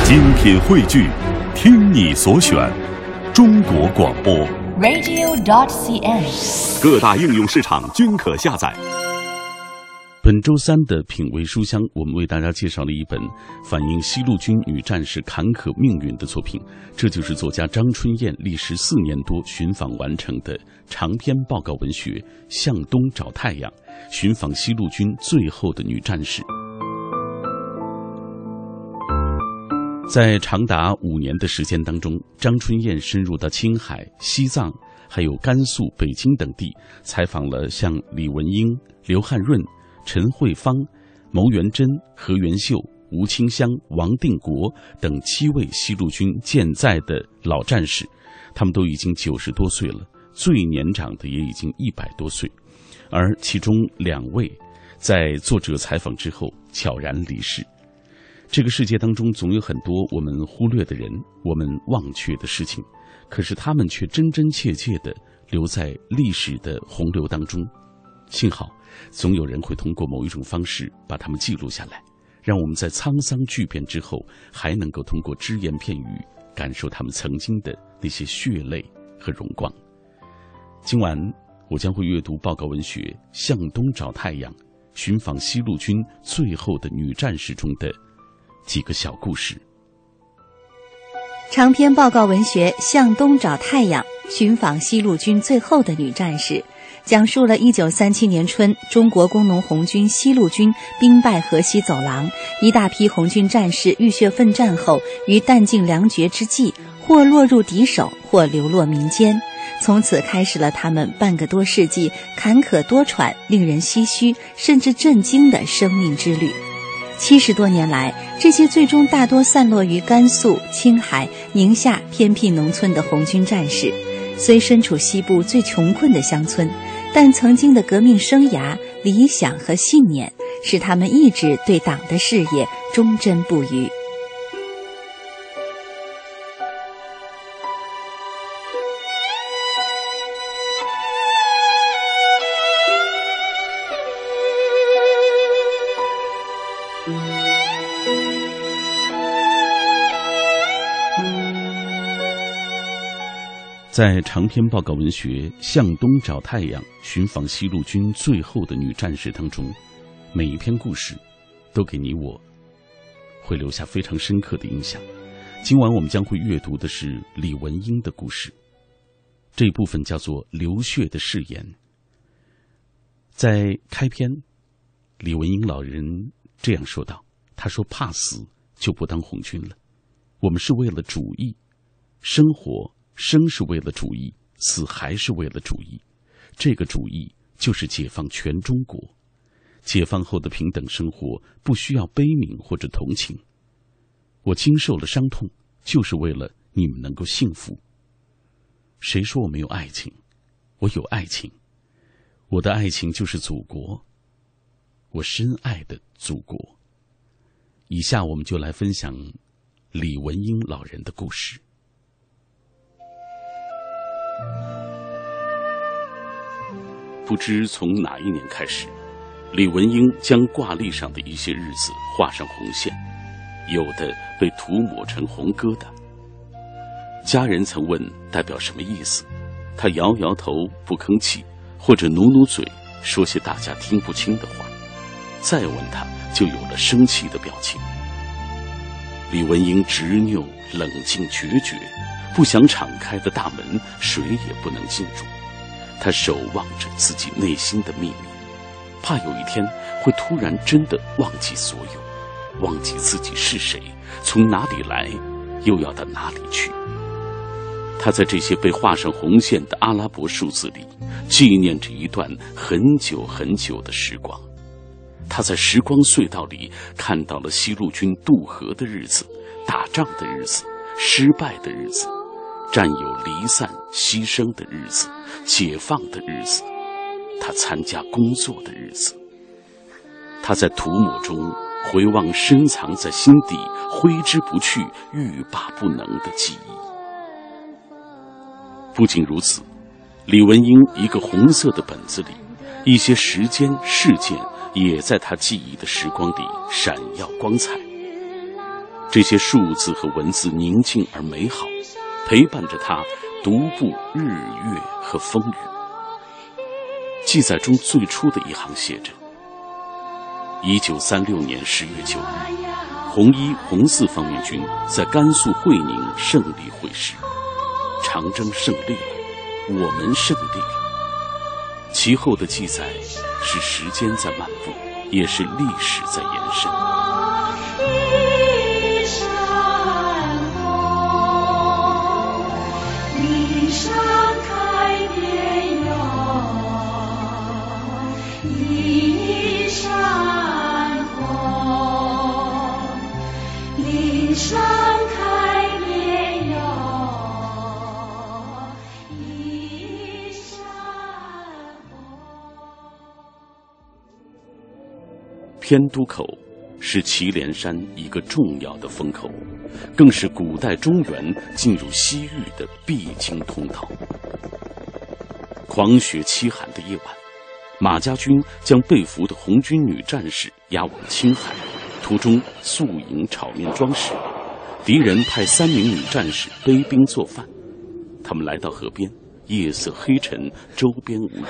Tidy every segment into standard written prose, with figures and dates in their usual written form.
精品汇聚，听你所选，中国广播 radio.cn， 各大应用市场均可下载。 本周三的品味书香，我们为大家介绍了一本反映西路军女战士坎坷命运的作品，这就是作家张春燕历时4年多寻访完成的长篇报告文学《向东找太阳》，寻访西路军最后的女战士。在长达5年的时间当中，张春燕深入到青海、西藏还有甘肃、北京等地，采访了像李文英、刘汉润、陈慧芳、牟元珍、何元秀、吴清香、王定国等7位西路军健在的老战士，他们都已经90多岁了，最年长的也已经100多岁，而其中2位在作者采访之后悄然离世。这个世界当中总有很多我们忽略的人，我们忘却的事情，可是他们却真真切切地留在历史的洪流当中。幸好总有人会通过某一种方式把他们记录下来，让我们在沧桑巨变之后还能够通过只言片语感受他们曾经的那些血泪和荣光。今晚我将会阅读报告文学《向东找太阳》，寻访西路军最后的女战士中的几个小故事。 长篇报告文学《向东找太阳》，寻访西路军最后的女战士，讲述了1937年春中国工农红军西路军兵败河西走廊，一大批红军战士浴血奋战后，于弹尽粮绝之际，或落入敌手，或流落民间，从此开始了他们半个多世纪坎坷多舛、令人唏嘘甚至震惊的生命之旅。70多年来，这些最终大多散落于甘肃、青海、宁夏偏僻农村的红军战士，虽身处西部最穷困的乡村，但曾经的革命生涯、理想和信念，使他们一直对党的事业忠贞不渝。 在长篇报告文学《向东找太阳》寻访西路军最后的女战士当中，每一篇故事都给你我会留下非常深刻的印象。今晚我们将会阅读的是李文英的故事，这一部分叫做流血的誓言。在开篇，李文英老人这样说道，他说怕死就不当红军了，我们是为了主义，生是为了主义，死还是为了主义。这个主义就是解放全中国。解放后的平等生活不需要悲悯或者同情。我经受了伤痛，就是为了你们能够幸福。谁说我没有爱情？我有爱情。我的爱情就是祖国，我深爱的祖国。以下我们就来分享李文英老人的故事。不知从哪一年开始，李文英将挂历上的一些日子画上红线，有的被涂抹成红疙瘩。家人曾问代表什么意思，他摇摇头不吭气，或者努努嘴，说些大家听不清的话。再问他，就有了生气的表情。李文英执拗、冷静、决绝，不想敞开的大门，谁也不能进入。他守望着自己内心的秘密，怕有一天会突然真的忘记所有，忘记自己是谁，从哪里来，又要到哪里去。他在这些被画上红线的阿拉伯数字里，纪念着一段很久很久的时光。他在时光隧道里看到了西路军渡河的日子，打仗的日子，失败的日子，战友离散牺牲的日子，解放的日子，他参加工作的日子。他在涂抹中回望深藏在心底挥之不去欲罢不能的记忆。不仅如此，李文英一个红色的本子里，一些时间事件也在他记忆的时光里闪耀光彩。 这些数字和文字宁静而美好，陪伴着他独步日月和风雨。记载中最初的一行写着：1936年10月9日，红一、红四方面军在甘肃会宁胜利会师，长征胜利了，我们胜利了。其后的记载是时间在漫步，也是历史在延伸。偏都口是祁连山一个重要的风口，更是古代中原进入西域的必经通道。狂雪凄寒的夜晚，马家军将被俘的红军女战士押往青海，途中宿营炒面庄时，敌人派3名女战士背兵做饭。他们来到河边，夜色黑沉，周边无人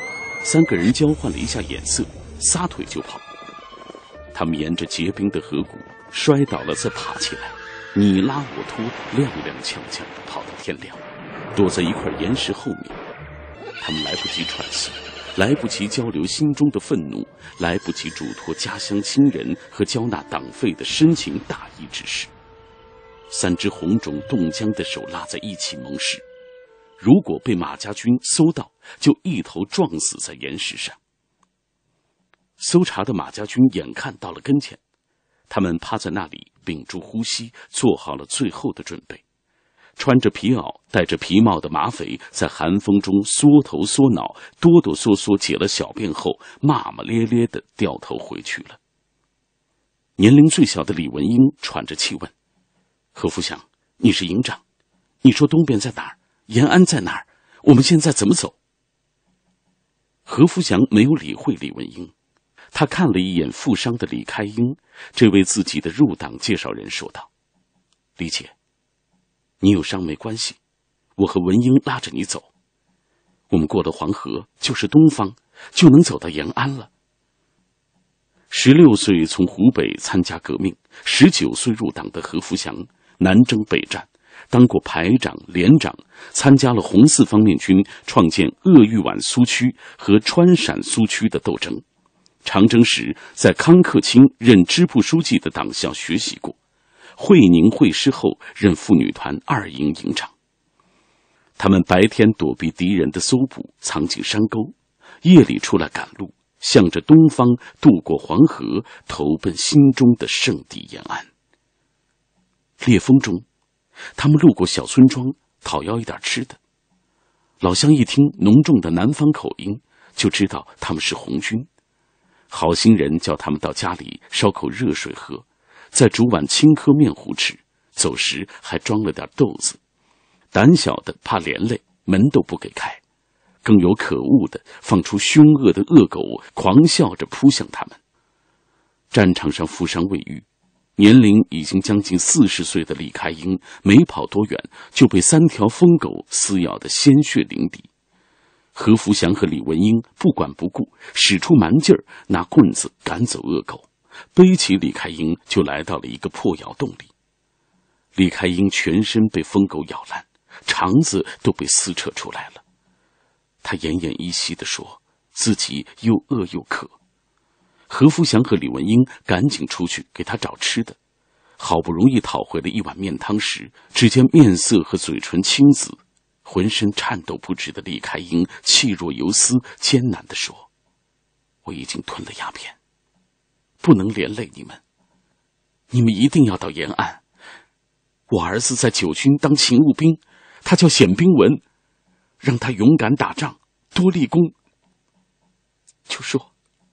，3个人交换了一下眼色，撒腿就跑。他们沿着结冰的河谷摔倒了，再爬起来，你拉我拖，踉踉跄跄地跑到天亮，躲在一块岩石后面。他们来不及喘息，来不及交流心中的愤怒，来不及嘱托家乡亲人和交纳党费的深情大义之事。3只红肿冻僵的手拉在一起盟誓，如果被马家军搜到，就一头撞死在岩石上。搜查的马家军眼看到了跟前，他们趴在那里屏住呼吸，做好了最后的准备。穿着皮袄戴着皮帽的马匪在寒风中缩头缩脑，哆哆嗦嗦解了小便后，骂骂咧咧地掉头回去了。年龄最小的李文英喘着气问：何福祥，你是营长，你说东边在哪儿？延安在哪儿？我们现在怎么走？何福祥没有理会李文英，他看了一眼负伤的李开英，这位自己的入党介绍人说道：李姐，你有伤没关系，我和文英拉着你走，我们过了黄河就是东方，就能走到延安了。16岁从湖北参加革命，19岁入党的何福祥南征北战，当过排长、连长，参加了红四方面军创建鄂豫皖苏区和川陕苏区的斗争。长征时在康克清任支部书记的党校学习过，会宁会师后任妇女团2营营长。他们白天躲避敌人的搜捕，藏进山沟，夜里出来赶路，向着东方渡过黄河，投奔心中的圣地延安。烈风中，他们路过小村庄，讨要一点吃的。老乡一听浓重的南方口音，就知道他们是红军。好心人叫他们到家里烧口热水喝，再煮碗青稞面糊吃，走时还装了点豆子。胆小的怕连累，门都不给开，更有可恶的放出凶恶的恶狗，狂笑着扑向他们。战场上负伤未愈，年龄已经将近40岁的李开英没跑多远，就被3条疯狗撕咬得鲜血淋漓。何福祥和李文英不管不顾，使出蛮劲儿，拿棍子赶走恶狗，背起李开英就来到了一个破窑洞里。李开英全身被疯狗咬烂，肠子都被撕扯出来了。他奄奄一息地说，自己又饿又渴。何福祥和李文英赶紧出去给他找吃的，好不容易讨回了一碗面汤时，只见面色和嘴唇青紫，浑身颤抖不止的李开英气若游丝，艰难地说：我已经吞了鸦片，不能连累你们，你们一定要到延安。我儿子在9军当勤务兵，他叫显兵文，让他勇敢打仗，多立功。就说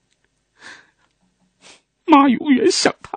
妈永远想他。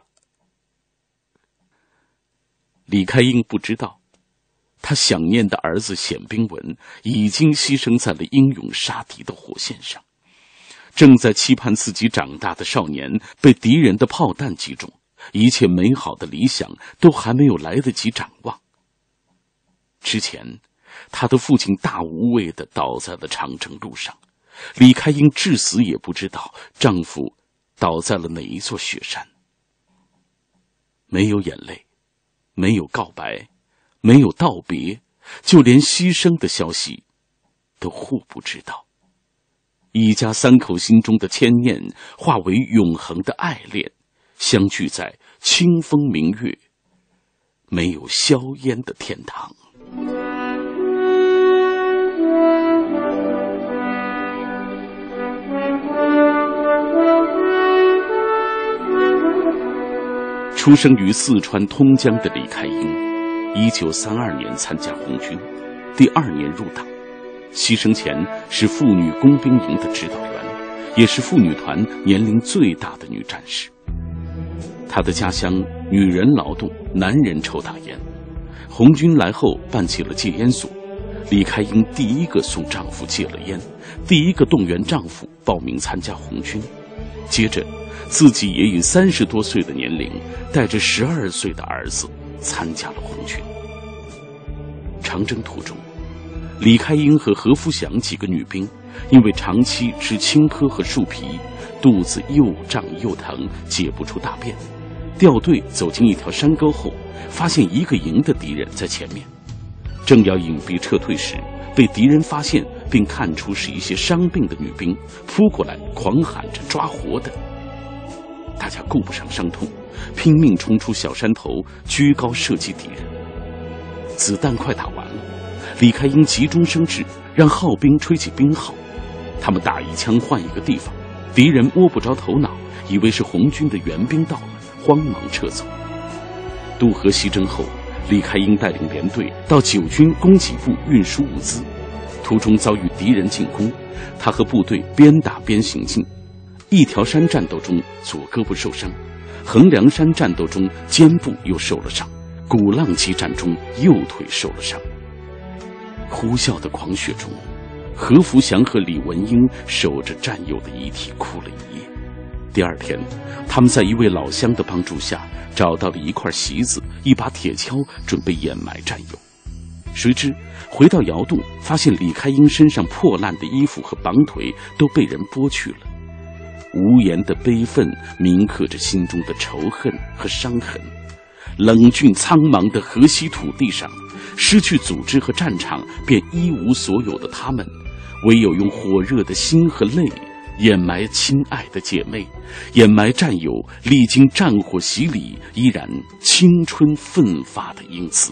李开英不知道，他想念的儿子显兵文已经牺牲在了英勇杀敌的火线上。正在期盼自己长大的少年被敌人的炮弹击中， 一切美好的理想都还没有来得及展望。之前，他的父亲大无畏地倒在了长征路上，李开英至死也不知道丈夫倒在了哪一座雪山。没有眼泪，没有告白，没有道别，就连牺牲的消息都互不知道。一家三口心中的牵念化为永恒的爱恋，相聚在清风明月、没有硝烟的天堂。出生于四川通江的李开英，1932年参加红军，第2年入党。牺牲前是妇女工兵营的指导员，也是妇女团年龄最大的女战士。她的家乡女人劳动，男人抽大烟。红军来后办起了戒烟所，李开英第一个送丈夫戒了烟，第一个动员丈夫报名参加红军。接着自己也以30多岁的年龄，带着12岁的儿子参加了红军。长征途中，李开英和何福祥几个女兵因为长期吃青稞和树皮，肚子又胀又疼，解不出大便。掉队走进一条山沟后，发现一个营的敌人在前面，正要隐蔽撤退时，被敌人发现并看出是一些伤病的女兵，扑过来狂喊着抓活的。大家顾不上伤痛，拼命冲出小山头，居高射击敌人。子弹快打完了，李开英急中生智，让号兵吹起兵号，他们打一枪换一个地方，敌人摸不着头脑，以为是红军的援兵到了，慌忙撤走。渡河西征后，李开英带领连队到9军供给部运输物资，途中遭遇敌人进攻，他和部队边打边行进。一条山战斗中左胳膊受伤，横梁山战斗中肩部又受了伤，鼓浪矶战中右腿受了伤。呼啸的狂雪中，何福祥和李文英守着战友的遗体哭了一夜。第2天，他们在一位老乡的帮助下，找到了一块席子、一把铁锹，准备掩埋战友。谁知回到窑洞，发现李开英身上破烂的衣服和绑腿都被人剥去了。无言的悲愤铭刻着心中的仇恨和伤痕。冷峻苍茫的河西土地上，失去组织和战场便一无所有的他们，唯有用火热的心和泪掩埋亲爱的姐妹，掩埋战友历经战火洗礼依然青春奋发的英姿。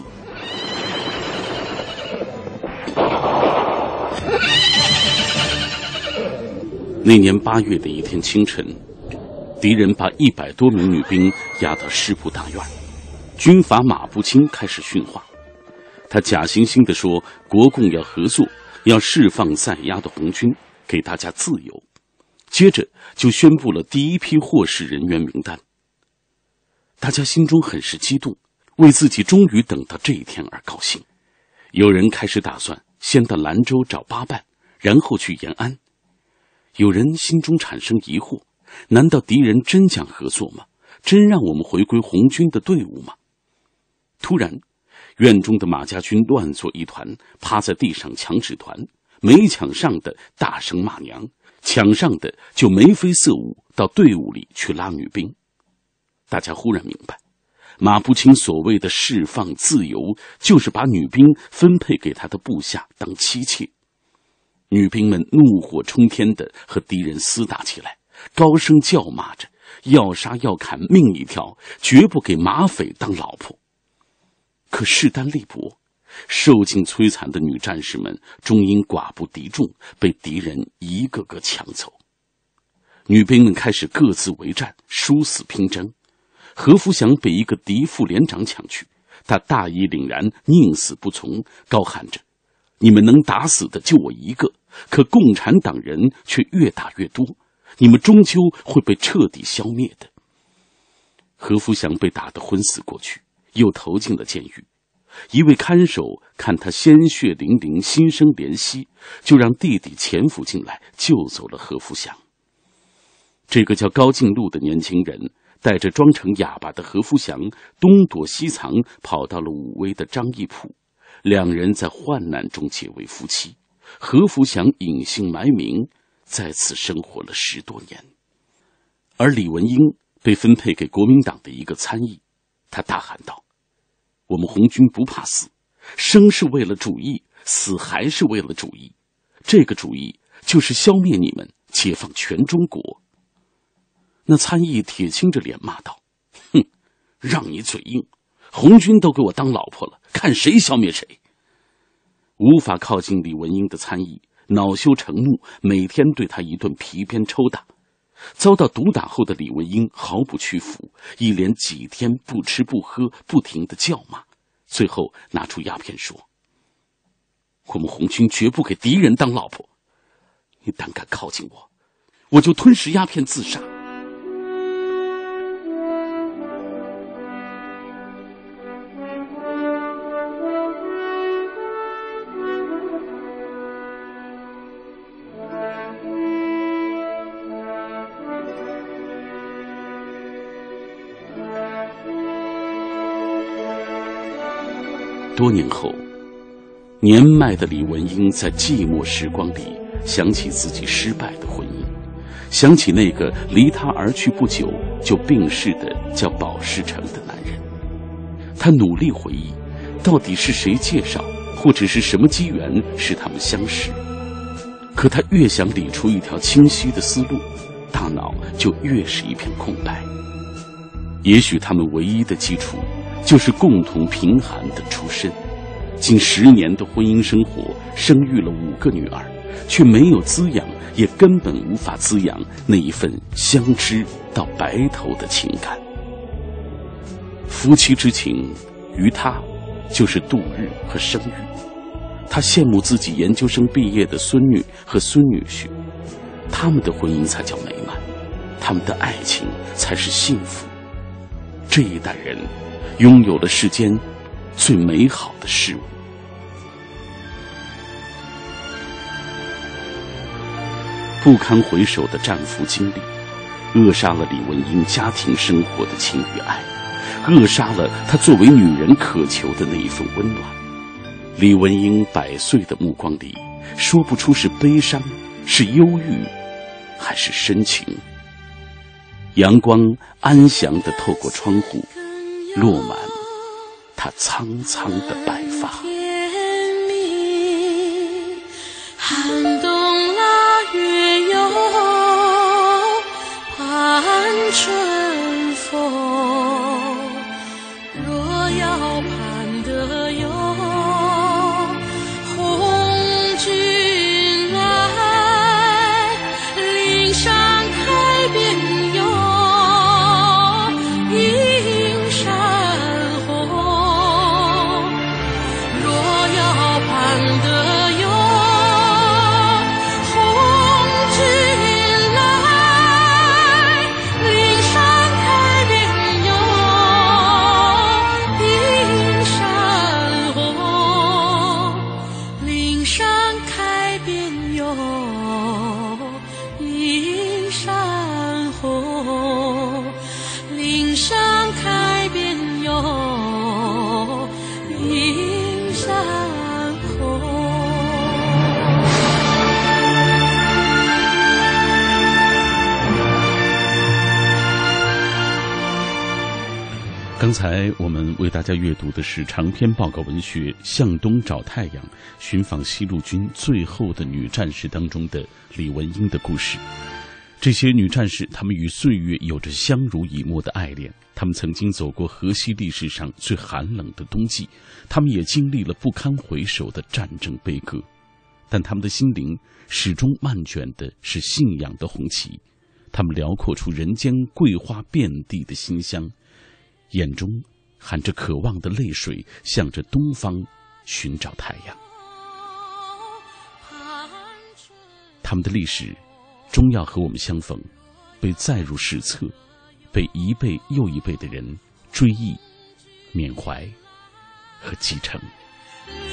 那年8月的一天清晨，敌人把100多名女兵押到师部大院，军阀马步青开始训话。他假惺惺地说，国共要合作，要释放在押的红军，给大家自由。接着就宣布了第一批获释人员名单。大家心中很是激动，为自己终于等到这一天而高兴。有人开始打算先到兰州找八办，然后去延安。有人心中产生疑惑，难道敌人真讲合作吗？真让我们回归红军的队伍吗？突然，院中的马家军乱作一团，趴在地上抢纸团，没抢上的大声骂娘，抢上的就眉飞色舞到队伍里去拉女兵。大家忽然明白，马步青所谓的释放自由，就是把女兵分配给他的部下当妻妾。女兵们怒火冲天地和敌人厮打起来，高声叫骂着，要杀要砍命一条，绝不给马匪当老婆。可势单力薄，受尽摧残的女战士们终因寡不敌众，被敌人一个个抢走。女兵们开始各自为战，殊死拼争。何福祥被一个敌副连长抢去，他大义凛然，宁死不从，高喊着：你们能打死的就我一个，可共产党人却越打越多，你们终究会被彻底消灭的。何福祥被打得昏死过去，又投进了监狱。一位看守看他鲜血淋淋，心生怜惜，就让弟弟潜伏进来，救走了何福祥。这个叫高进禄的年轻人带着装成哑巴的何福祥东躲西藏，跑到了武威的张义浦，两人在患难中结为夫妻。何福祥隐姓埋名，在此生活了10多年。而李文英被分配给国民党的一个参议，他大喊道：“我们红军不怕死，生是为了主义，死还是为了主义。这个主义就是消灭你们，解放全中国。”那参议铁青着脸骂道：“哼，让你嘴硬，红军都给我当老婆了，看谁消灭谁。”无法靠近李文英的参议恼羞成怒，每天对他一顿皮鞭抽打。遭到毒打后的李文英毫不屈服，一连几天不吃不喝，不停地叫骂，最后拿出鸦片说：“我们红军绝不给敌人当老婆，你胆敢靠近我，我就吞食鸦片自杀。”多年后，年迈的李文英在寂寞时光里想起自己失败的婚姻，想起那个离他而去不久就病逝的叫保世成的男人。他努力回忆，到底是谁介绍，或者是什么机缘使他们相识。可他越想理出一条清晰的思路，大脑就越是一片空白。也许他们唯一的基础就是共同贫寒的出身，近10年的婚姻生活，生育了5个女儿，却没有滋养，也根本无法滋养那一份相知到白头的情感。夫妻之情于他就是度日和生育。他羡慕自己研究生毕业的孙女和孙女婿，他们的婚姻才叫美满，他们的爱情才是幸福。这一代人拥有了世间最美好的事物。不堪回首的战俘经历，扼杀了李文英家庭生活的情与爱，扼杀了她作为女人渴求的那一份温暖。李文英100岁的目光里，说不出是悲伤，是忧郁，还是深情。阳光安详地透过窗户，落满她苍苍的白发。 寒冬腊月有盼春风，若要盼得有红军来，岭上开遍有映山红，若要盼得有刚才我们为大家阅读的是长篇报告文学《向东找太阳：寻访西路军最后的女战士》当中的李文英的故事。这些女战士，她们与岁月有着相濡以沫的爱恋，她们曾经走过河西历史上最寒冷的冬季，她们也经历了不堪回首的战争悲歌，但她们的心灵始终漫卷的是信仰的红旗，她们辽阔出人间桂花遍地的馨香，眼中含着渴望的泪水，向着东方寻找太阳。他们的历史终要和我们相逢，被载入史册，被一辈又一辈的人追忆、缅怀和继承。